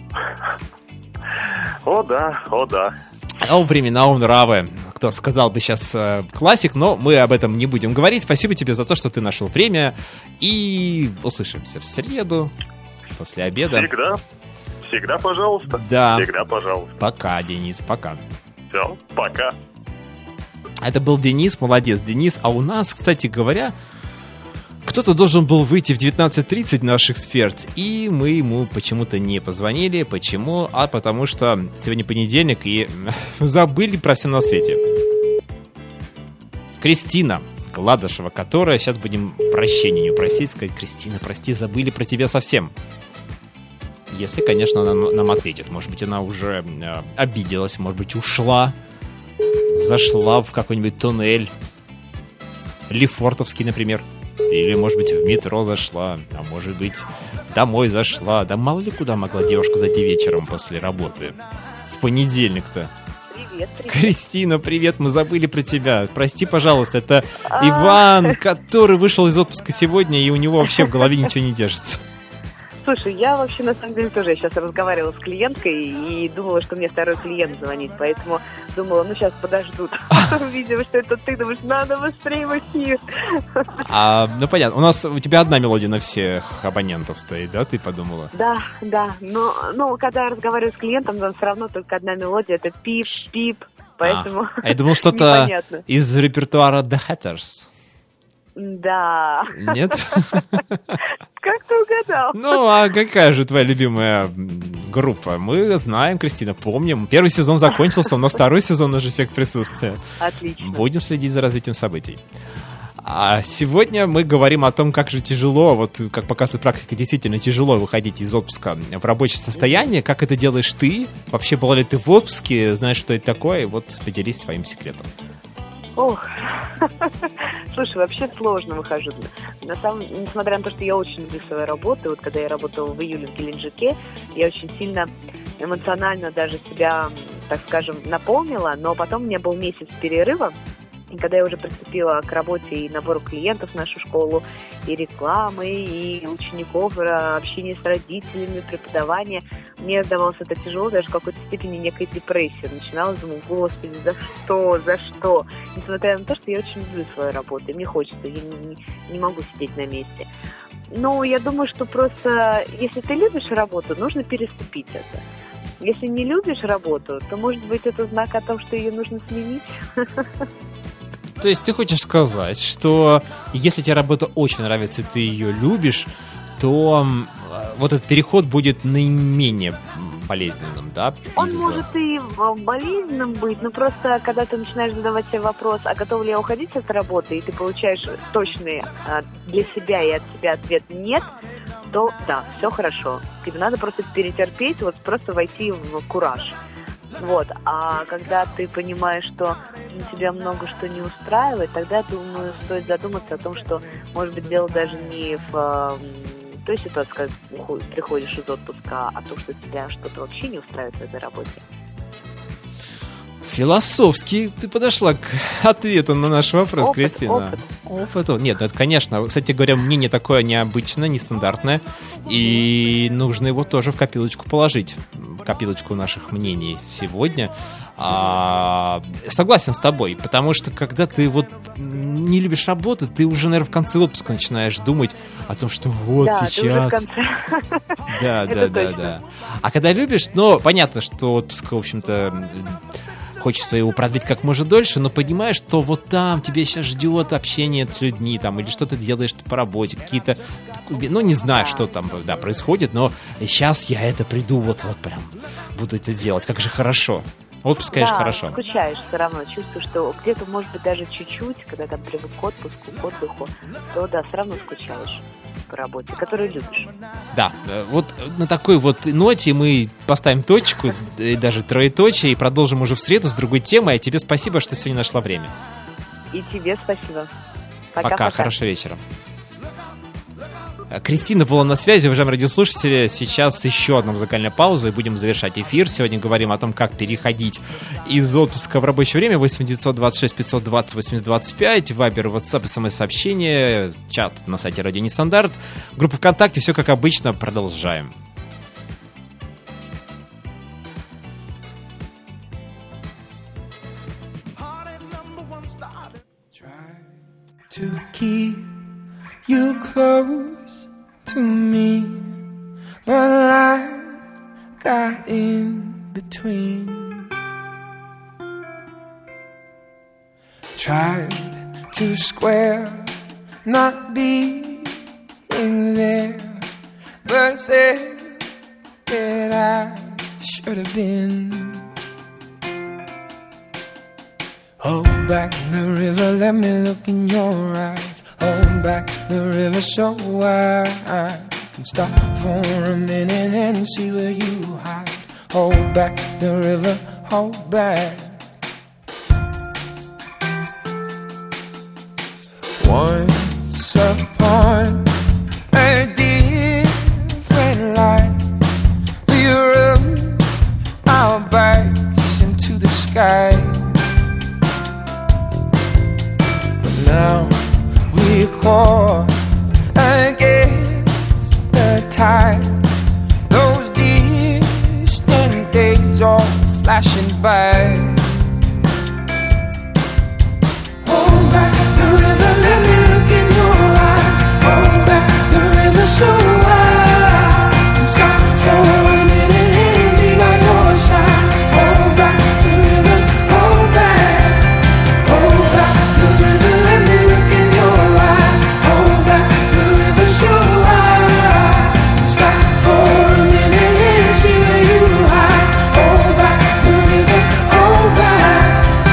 О да. О, времена, о нравы. Кто сказал бы сейчас классик, но мы об этом не будем говорить. Спасибо тебе за то, что ты нашел время. И услышимся в среду после обеда. Всегда, пожалуйста. Да. Всегда, пожалуйста. Пока, Денис, пока. Все, пока. Это был Денис, молодец, Денис. А у нас, кстати говоря, кто-то должен был выйти в 19:30, наш эксперт, и мы ему почему-то не позвонили. Почему? Потому что сегодня понедельник, и забыли про все на свете. Кристина Гладышева, которая, сейчас будем прощения у нее просить, сказать: Кристина, прости, забыли про тебя совсем. Если, конечно, она нам ответит. Может быть, она уже обиделась, может быть, ушла, зашла в какой-нибудь туннель, Лефортовский, например. Или, может быть, в метро зашла, а может быть, домой зашла. Да мало ли куда могла девушка зайти вечером после работы. В понедельник-то. Привет. Кристина, привет, мы забыли про тебя. Прости, пожалуйста, это Иван, который вышел из отпуска сегодня, и у него вообще в голове ничего не держится. Слушай, я вообще на самом деле тоже сейчас разговаривала с клиенткой и думала, что мне второй клиент звонит, поэтому думала, сейчас подождут. Видимо, что это ты, думаешь, надо быстрее в эфир. Ну понятно, у тебя одна мелодия на всех абонентов стоит, да, ты подумала? Да, но когда я разговариваю с клиентом, там все равно только одна мелодия, это пип-пип, поэтому я думал, что-то из репертуара The Hatters. Да. Нет? Как ты угадал? Ну, а какая же твоя любимая группа? Мы знаем, Кристина, помним. Первый сезон закончился, но второй сезон уже эффект присутствия. Отлично. Будем следить за развитием событий. А сегодня мы говорим о том, как же тяжело, вот как показывает практика, действительно тяжело выходить из отпуска в рабочее состояние. Как это делаешь ты? Вообще, была ли ты в отпуске? Знаешь, что это такое? Вот поделись своим секретом. Ох, слушай, вообще сложно выхожу. Несмотря на то, что я очень люблю свою работу, вот когда я работала в июле в Геленджике, я очень сильно эмоционально даже себя, так скажем, наполнила, но потом у меня был месяц перерыва, и когда я уже приступила к работе и набору клиентов в нашу школу, и рекламы, и учеников, общение с родителями, преподавание, мне давалось это тяжело, даже в какой-то степени некой депрессии. Начиналась, думаю, господи, за что? Несмотря на то, что я очень люблю свою работу, и мне хочется, я не могу сидеть на месте. Но я думаю, что просто, если ты любишь работу, нужно переступить это. Если не любишь работу, то, может быть, это знак о том, что ее нужно сменить. То есть ты хочешь сказать, что если тебе работа очень нравится, и ты ее любишь, то вот этот переход будет наименее болезненным, да? Он может и болезненным быть, но просто когда ты начинаешь задавать себе вопрос, а готов ли я уходить с этой работы, и ты получаешь точный для себя и от себя ответ «нет», то да, все хорошо. Тебе надо просто перетерпеть, вот просто войти в кураж. Вот. А когда ты понимаешь, что тебя много что не устраивает, тогда, думаю, стоит задуматься о том, что, может быть, дело даже не в той ситуации, когда ты приходишь из отпуска, а то, что тебя что-то вообще не устраивает в этой работе. Философски ты подошла к ответу на наш вопрос, Кристина. Опыт. Нет, это, конечно, кстати говоря, мнение такое необычное, нестандартное, и нужно его тоже в копилочку положить, в копилочку наших мнений сегодня. Согласен с тобой, потому что когда ты вот не любишь работу, ты уже, наверное, в конце отпуска начинаешь думать о том, что вот да, сейчас... Да. А когда любишь, понятно, что отпуск, в общем-то, хочется его продлить как можно дольше, но понимаешь, что вот там тебя сейчас ждет общение с людьми, там, или что ты делаешь по работе, какие-то, не знаю, что там, происходит, но сейчас я это приду, вот прям буду это делать, как же хорошо. Отпуск, конечно, хорошо. Скучаешь все равно, чувствую, что где-то, может быть, даже чуть-чуть, когда там привык к отпуску, к отдыху, то да, все равно скучаешь по работе, которую любишь. Да, вот на такой вот ноте мы поставим точку, и даже троеточие, и продолжим уже в среду с другой темой. А тебе спасибо, что сегодня нашла время. И тебе спасибо. Пока. Хорошего вечера. Кристина была на связи, уважаемые радиослушатели. Сейчас еще одна музыкальная пауза, и будем завершать эфир. Сегодня говорим о том, как переходить из отпуска в рабочее время. 8 926 520 8025, Вайбер, WhatsApp, СМС-сообщение, чат на сайте Радио Нестандарт, группа ВКонтакте. Все как обычно, продолжаем. You close to me, but life got in between. Tried to square not being there, but said that I should have been. Hold back the river, let me look in your eyes. Hold back the river so I can stop for a minute and see where you hide. Hold back the river, hold back. Once upon a different life, we rubbed our backs into the sky. But now we're caught against the tide. Those distant days all flashing by. Hold back the river, let me look in your eyes. Hold back the river so I can stop for a minute and be by your side. Hold back the river, hold back. Hold back the river, let me look in your eyes. Hold back the river so I can stop for a minute and see where you hide. Hold back the river, hold back.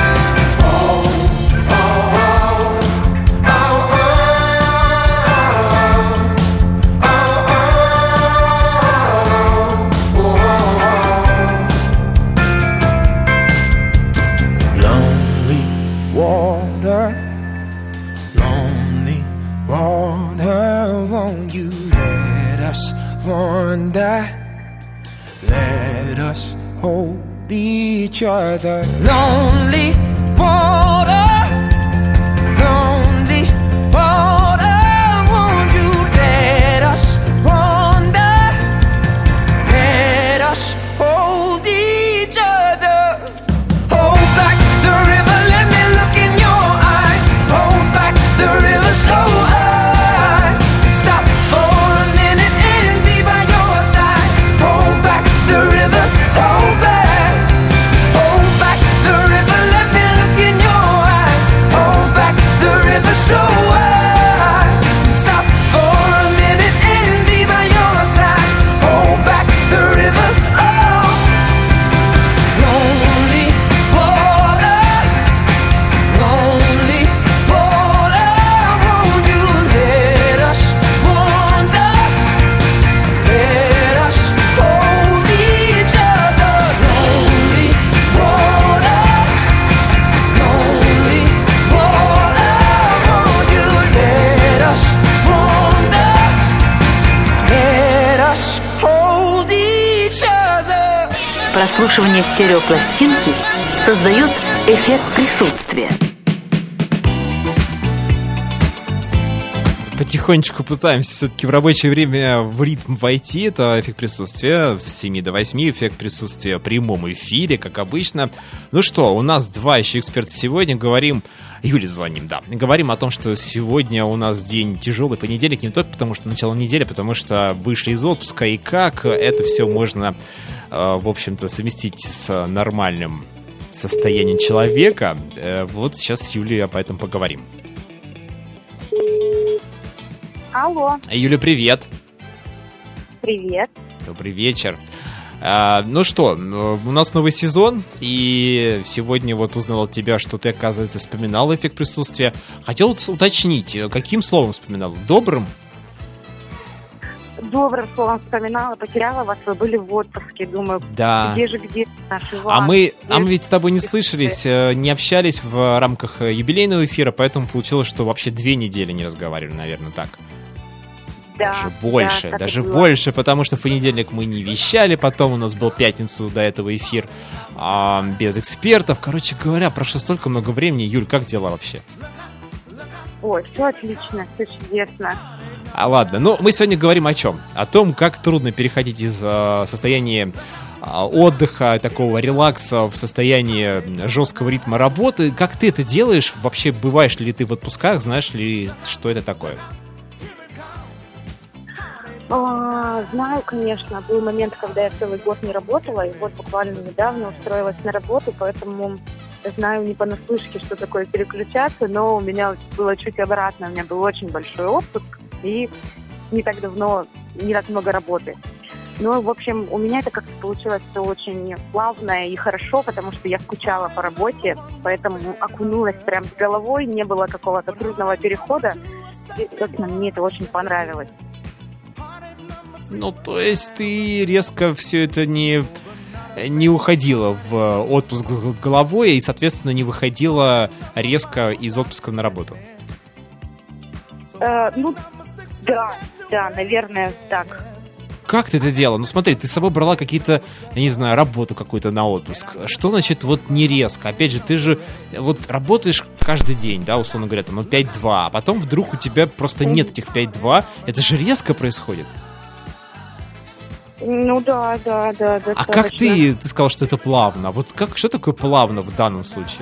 Lonely water, won't you let us wander? Let us hold each other. Lonely water, won't you let us wander? Let us hold each other. Hold back the river, let me look in your eyes. Hold back the river so I can stop for a minute and be by your side. Hold back the river, hold прослушивание стереопластинки создает эффект присутствия. Потихонечку пытаемся все-таки в рабочее время в ритм войти. Это эффект присутствия с 7 до 8. Эффект присутствия в прямом эфире, как обычно. Ну что, у нас два еще эксперта сегодня. Говорим... Юле звоним, да. Говорим о том, что сегодня у нас день тяжелый, понедельник. Не только потому, что начало недели, потому что вышли из отпуска. И как это все можно, в общем-то, совместить с нормальным состоянием человека. Вот сейчас с Юлей об этом поговорим. Алло. Юля, привет. Привет. Добрый вечер. Ну что, у нас новый сезон, и сегодня вот узнал от тебя, что ты, оказывается, вспоминал эффект присутствия. Хотел уточнить, каким словом вспоминал? Добрым? Добрым словом вспоминала, потеряла вас, вы были в отпуске, думаю, да. где наши вас? А мы ведь с тобой не слышались, не общались в рамках юбилейного эфира, поэтому получилось, что вообще 2 недели не разговаривали, наверное, так. Да, даже больше, да, даже больше, потому что в понедельник мы не вещали, потом у нас был пятницу до этого эфир без экспертов. Короче говоря, прошло столько много времени. Юль, как дела вообще? Ой, все отлично, все чудесно. Ладно, ну мы сегодня говорим о чем? О том, как трудно переходить из состояния отдыха, такого релакса в состояние жесткого ритма работы. Как ты это делаешь? Вообще, бываешь ли ты в отпусках? Знаешь ли, что это такое? Знаю, конечно. Был момент, когда я целый год не работала, и вот буквально недавно устроилась на работу, поэтому знаю не понаслышке, что такое переключаться, но у меня было чуть обратно. У меня был очень большой отпуск, и не так давно, не так много работы. Но, в общем, у меня это как-то получилось все очень плавно и хорошо, потому что я скучала по работе, поэтому окунулась прям с головой, не было какого-то трудного перехода, и, собственно, мне это очень понравилось. Ну, то есть ты резко все это не уходила в отпуск с головой и, соответственно, не выходила резко из отпуска на работу? Ну, да, наверное, так. Как ты это делала? Ну, смотри, ты с собой брала какие-то, я не знаю, работу какую-то на отпуск. Что значит вот не резко? Опять же, ты же вот работаешь каждый день, да, условно говоря, там, 5-2, а потом вдруг у тебя просто нет этих 5-2. Это же резко происходит. Ну да. А как ты сказал, что это плавно? Вот что такое плавно в данном случае?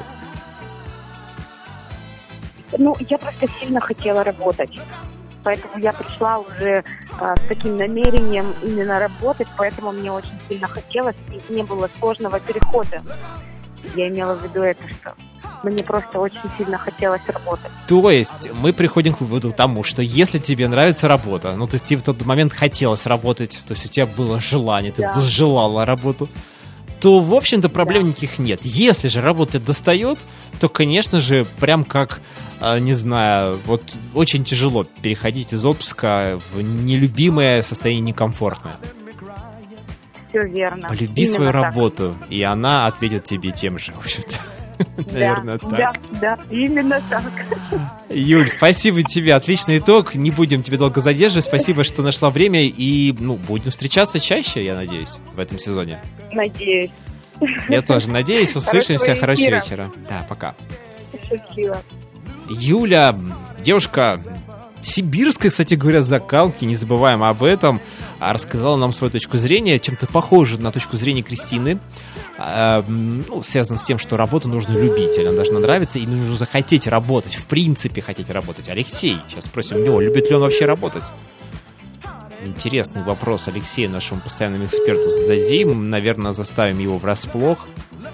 Ну, я просто сильно хотела работать. Поэтому я пришла уже с таким намерением именно работать, поэтому мне очень сильно хотелось, и не было сложного перехода. Я имела в виду это, что мне просто очень сильно хотелось работать. То есть мы приходим к выводу тому, что если тебе нравится работа, ну, то есть тебе в тот момент хотелось работать, то есть у тебя было желание, ты возжелала работу, то, в общем-то, проблем никаких нет. Если же работа достает, то, конечно же, прям как, не знаю, вот очень тяжело переходить из отпуска в нелюбимое состояние, некомфортное. Все верно. Полюби именно свою так. работу, и она ответит тебе тем же, в общем-то. Наверное, так. Да, именно так. Юль, спасибо тебе, отличный итог. Не будем тебя долго задерживать. Спасибо, что нашла время. И, будем встречаться чаще, я надеюсь, в этом сезоне. Надеюсь. Я тоже надеюсь. Услышимся. Хорошего вечера. Да, пока. Счастливо. Юля, девушка сибирской, кстати говоря, закалки, не забываем об этом, рассказала нам свою точку зрения, чем-то похожа на точку зрения Кристины, связано с тем, что работу нужно любить, она должна нравиться, и нужно захотеть работать, в принципе хотеть работать. Алексей, сейчас спросим его, любит ли он вообще работать? Интересный вопрос Алексею, нашему постоянному эксперту, зададим, наверное, заставим его врасплох.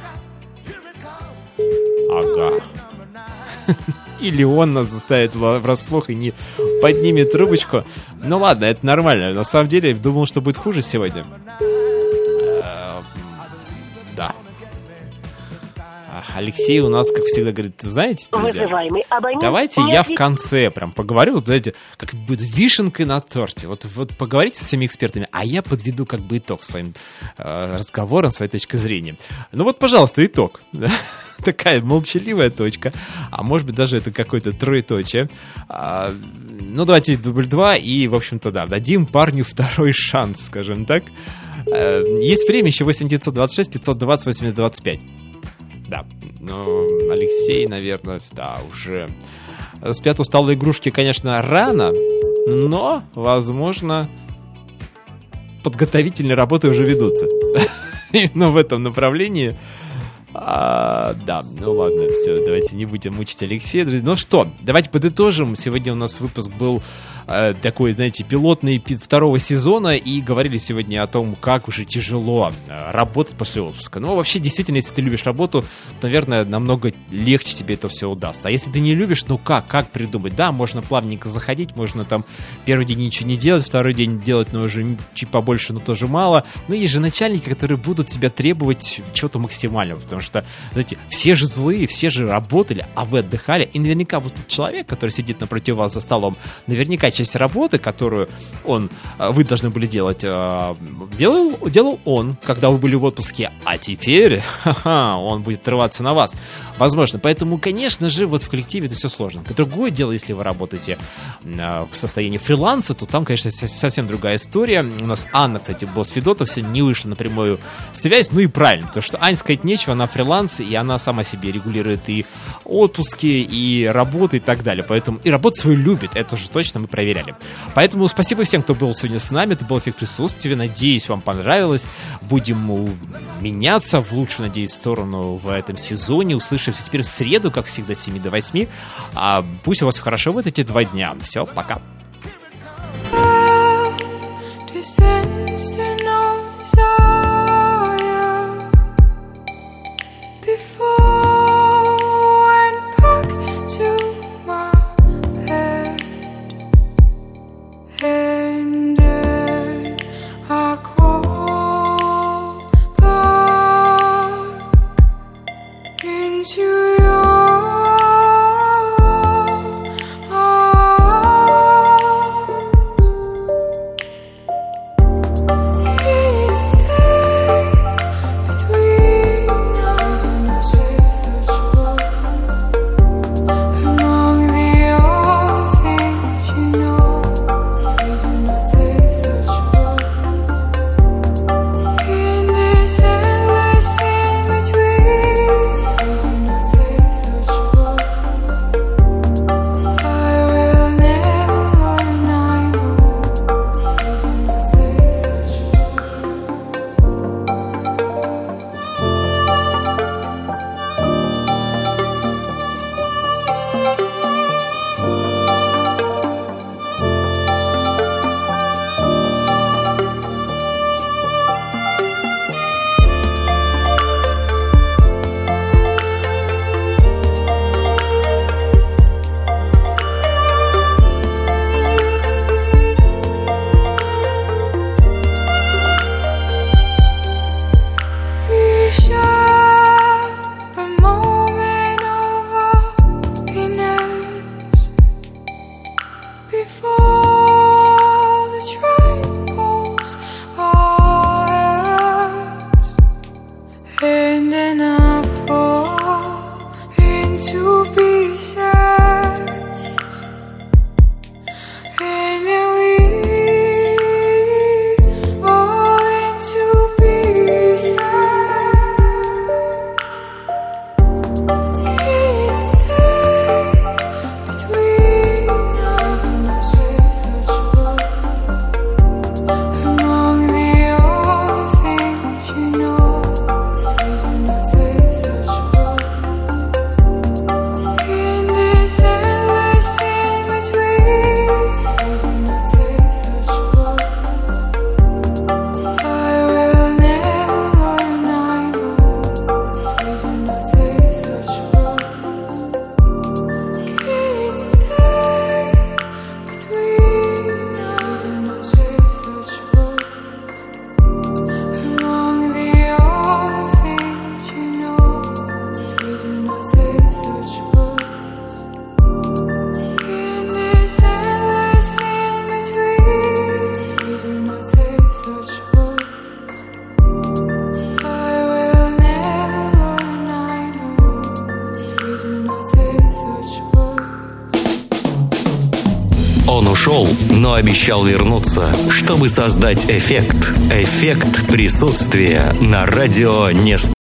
Ага. Или он нас заставит врасплох и не поднимет трубочку. Ну ладно, это нормально. На самом деле, думал, что будет хуже сегодня. Да. Алексей у нас, как всегда, говорит, знаете, друзья, давайте я в конце прям поговорю, вот, знаете, как будет вишенкой на торте. Вот поговорите с своими экспертами, а я подведу как бы итог своим разговорам, своей точкой зрения. Ну вот, пожалуйста, итог. Такая молчаливая точка, а может быть даже это какое-то троеточие. Ну давайте дубль 2 и, в общем-то, да, дадим парню второй шанс, скажем так. Есть время еще 8-926-520-80-25. Да, ну, Алексей, наверное, да, уже спят усталые игрушки, конечно, рано, но, возможно, подготовительные работы уже ведутся. Именно в этом направлении. Да, ну ладно, все, давайте не будем мучить Алексея. Ну что, давайте подытожим. Сегодня у нас выпуск был такой, знаете, пилотный второго сезона, и говорили сегодня о том, как уже тяжело работать после отпуска. Ну, вообще, действительно, если ты любишь работу, то, наверное, намного легче тебе это все удастся. А если ты не любишь, ну как придумать? Да, можно плавненько заходить, можно там первый день ничего не делать, второй день делать, но уже чуть побольше, но тоже мало. Но есть же начальники, которые будут тебя требовать чего-то максимального, потому что, знаете, все же злые, все же работали, а вы отдыхали, и наверняка вот тот человек, который сидит напротив вас за столом, наверняка часть работы, которую вы должны были делать, делал он, когда вы были в отпуске, а теперь он будет отрываться на вас. Возможно, поэтому, конечно же, вот в коллективе это все сложно. Другое дело, если вы работаете в состоянии фриланса, то там, конечно, совсем другая история. У нас Анна, кстати, босс Федотов, сегодня не вышла на прямую связь, ну и правильно, потому что Ань сказать нечего, она фриланс, и она сама себе регулирует и отпуски, и работы, и так далее. Поэтому и работу свою любит, это уже точно мы проверяли. Поэтому спасибо всем, кто был сегодня с нами. Это был эффект присутствия. Надеюсь, вам понравилось. Будем меняться в лучшую, надеюсь, сторону в этом сезоне. Услышимся теперь в среду, как всегда, с 7 до 8. Пусть у вас хорошо вот эти 2 дня. Все, пока. And then I crawl back into your arms. It's there between us, among the other things you know. Between us, Он ушел, но обещал вернуться, чтобы создать эффект. Эффект присутствия на радио не